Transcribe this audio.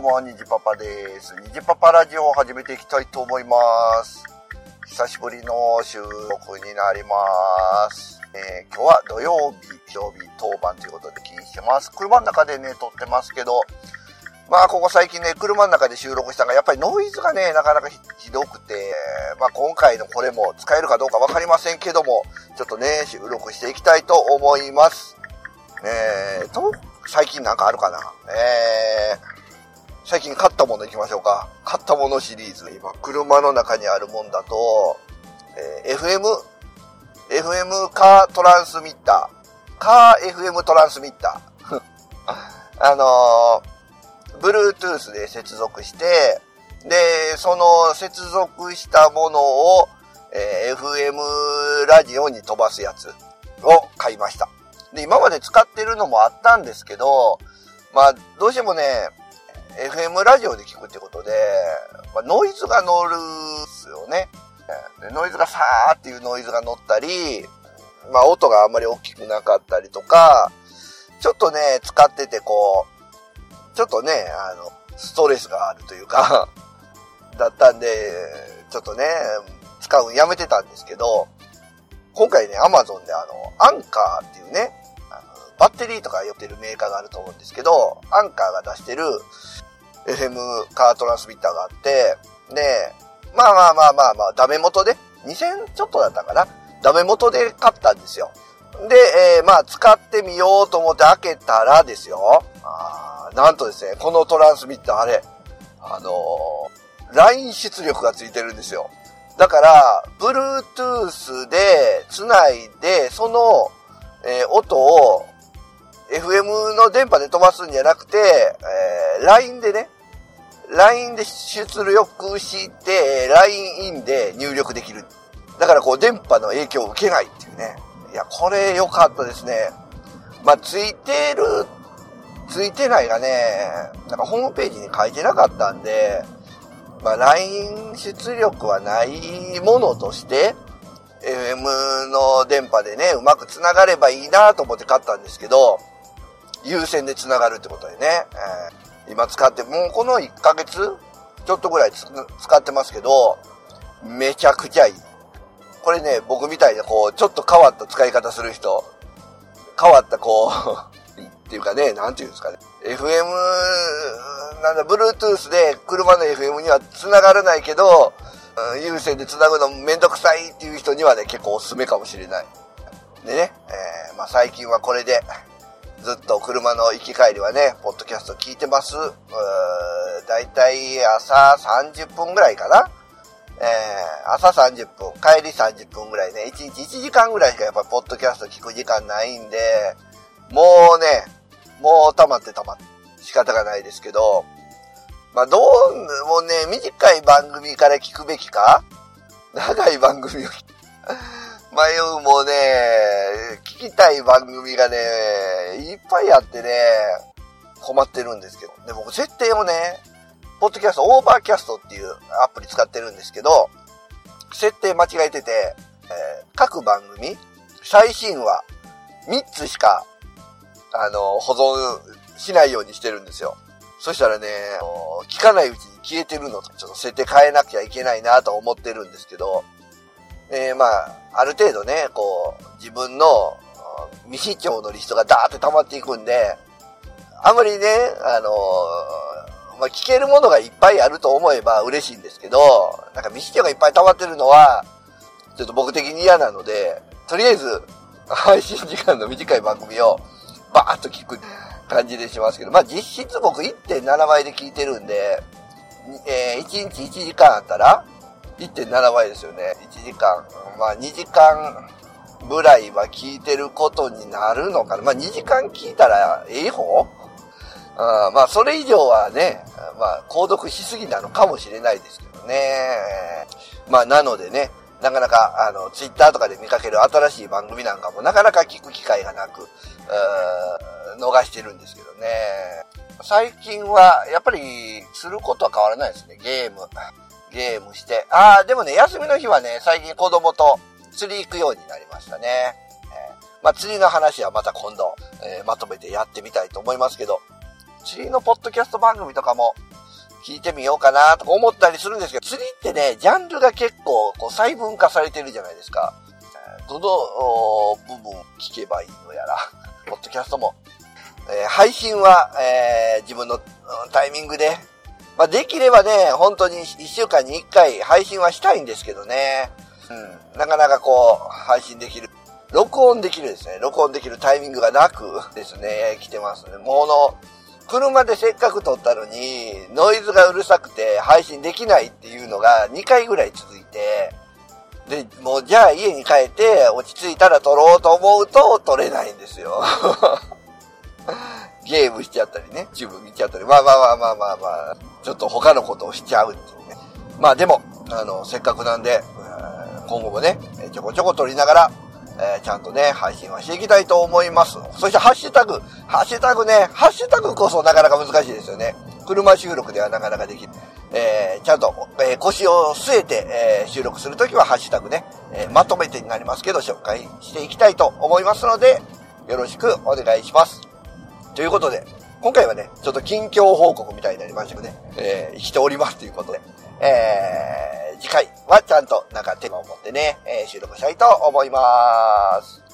も、にじパパです。にじパパラジオを始めていきたいと思います。久しぶりの収録になります。今日は土曜日当番ということで気にしてます。車の中でね、撮ってますけど、まあ、ここ最近ね、車の中で収録したのが、やっぱりノイズがね、なかなかひどくて、まあ、今回のこれも使えるかどうかわかりませんけども、ちょっとね、収録していきたいと思います。最近なんかあるかな。最近買ったもの行きましょうか。買ったものシリーズ。今、車の中にあるもんだと、FM カートランスミッター。カー FM トランスミッター。Bluetooth で接続して、で、その接続したものを、FM ラジオに飛ばすやつを買いました。で、今まで使ってるのもあったんですけど、まあ、どうしてもね、FM ラジオで聞くってことで、まあ、ノイズが乗るんですよね。でノイズがさーっていうノイズが乗ったり、まあ、音があんまり大きくなかったりとか、ちょっとね、使っててこう、ちょっとね、ストレスがあるというか、だったんで、ちょっとね、使うのやめてたんですけど、今回ね、Amazon でアンカーっていうね、バッテリーとか寄ってるメーカーがあると思うんですけど、アンカーが出してる FM カートランスミッターがあって、で、まあ、ダメ元で、2000ちょっとだったかな、ダメ元で買ったんですよ。で、まあ、使ってみようと思って開けたらですよ、なんとですね、このトランスミッターあれ、LINE 出力がついてるんですよ。だから、Bluetooth で繋いで、その、音を FM の電波で飛ばすんじゃなくて、LINE でね、LINE で出力して、LINE インで入力できる。だからこう電波の影響を受けないっていうね。いや、これ良かったですね。まあ、ついてないがね、なんかホームページに書いてなかったんで、まあ、LINE 出力はないものとして、FM の電波でね、うまく繋がればいいなと思って買ったんですけど、有線で繋がるってことでね、今使って、もうこの1ヶ月ちょっとぐらい使ってますけど、めちゃくちゃいい。これね、僕みたいなこう、ちょっと変わった使い方する人、変わったこう、っていうかね、なんていうんですかね。Bluetooth で車の FM には繋がらないけど、有線で繋ぐのめんどくさいっていう人にはね、結構おすすめかもしれない。でね、まあ最近はこれで、ずっと車の行き帰りはね、ポッドキャスト聞いてます。だいたい朝30分ぐらいかな。朝30分、帰り30分ぐらいね、1日1時間ぐらいしかやっぱりポッドキャスト聞く時間ないんで、もう溜まって仕方がないですけど、まあもうね、短い番組から聞くべきか長い番組を迷うもね、聞きたい番組がね、いっぱいあってね、困ってるんですけど。で、僕設定をね、ポッドキャスト、オーバーキャストっていうアプリ使ってるんですけど、設定間違えてて、各番組、最新話、3つしか、保存しないようにしてるんですよ。そしたらね、聞かないうちに消えてるのと、ちょっと設定変えなきゃいけないなと思ってるんですけど、まあ、ある程度ね、こう、自分の未視聴のリストがダーって溜まっていくんで、あんまりね、まあ、聞けるものがいっぱいあると思えば嬉しいんですけど、なんか未視聴がいっぱい溜まってるのは、ちょっと僕的に嫌なので、とりあえず、配信時間の短い番組をバーッと聞く感じでしますけど、まあ、実質僕 1.7 倍で聞いてるんで、1日1時間あったら、1.7 倍ですよね。1時間。まあ2時間ぐらいは聞いてることになるのかな。まあ2時間聞いたら方まあそれ以上はね、まあ購読しすぎなのかもしれないですけどね。まあなのでね、なかなかツイッターとかで見かける新しい番組なんかもなかなか聞く機会がなく、逃してるんですけどね。最近はやっぱりすることは変わらないですね。ゲームして。でもね、休みの日はね、最近子供と釣り行くようになりましたね。まあ、釣りの話はまた今度、まとめてやってみたいと思いますけど、釣りのポッドキャスト番組とかも聞いてみようかなとか思ったりするんですけど、釣りってね、ジャンルが結構こう細分化されてるじゃないですか。どの部分聞けばいいのやら、ポッドキャストも。配信は、自分のタイミングで、まあ、できればね、本当に1週間に1回配信はしたいんですけどね。なかなかこう、配信できる。録音できるタイミングがなくですね、来てますね。もう車でせっかく撮ったのに、ノイズがうるさくて配信できないっていうのが2回ぐらい続いて、で、もうじゃあ家に帰って落ち着いたら撮ろうと思うと撮れないんですよ。ゲームしちゃったりね、YouTube見ちゃったり、まあ、ちょっと他のことをしちゃうっていうね。まあでも、せっかくなんで、今後もね、ちょこちょこ撮りながら、ちゃんとね、配信はしていきたいと思います。そしてハッシュタグこそなかなか難しいですよね。車収録ではなかなかできる。ちゃんと、腰を据えて、収録するときはハッシュタグね、まとめてになりますけど、紹介していきたいと思いますので、よろしくお願いします。ということで、今回はね、ちょっと近況報告みたいになりましたけどね、生きておりますということで、次回はちゃんとなんかテーマを持ってね、収録したいと思います。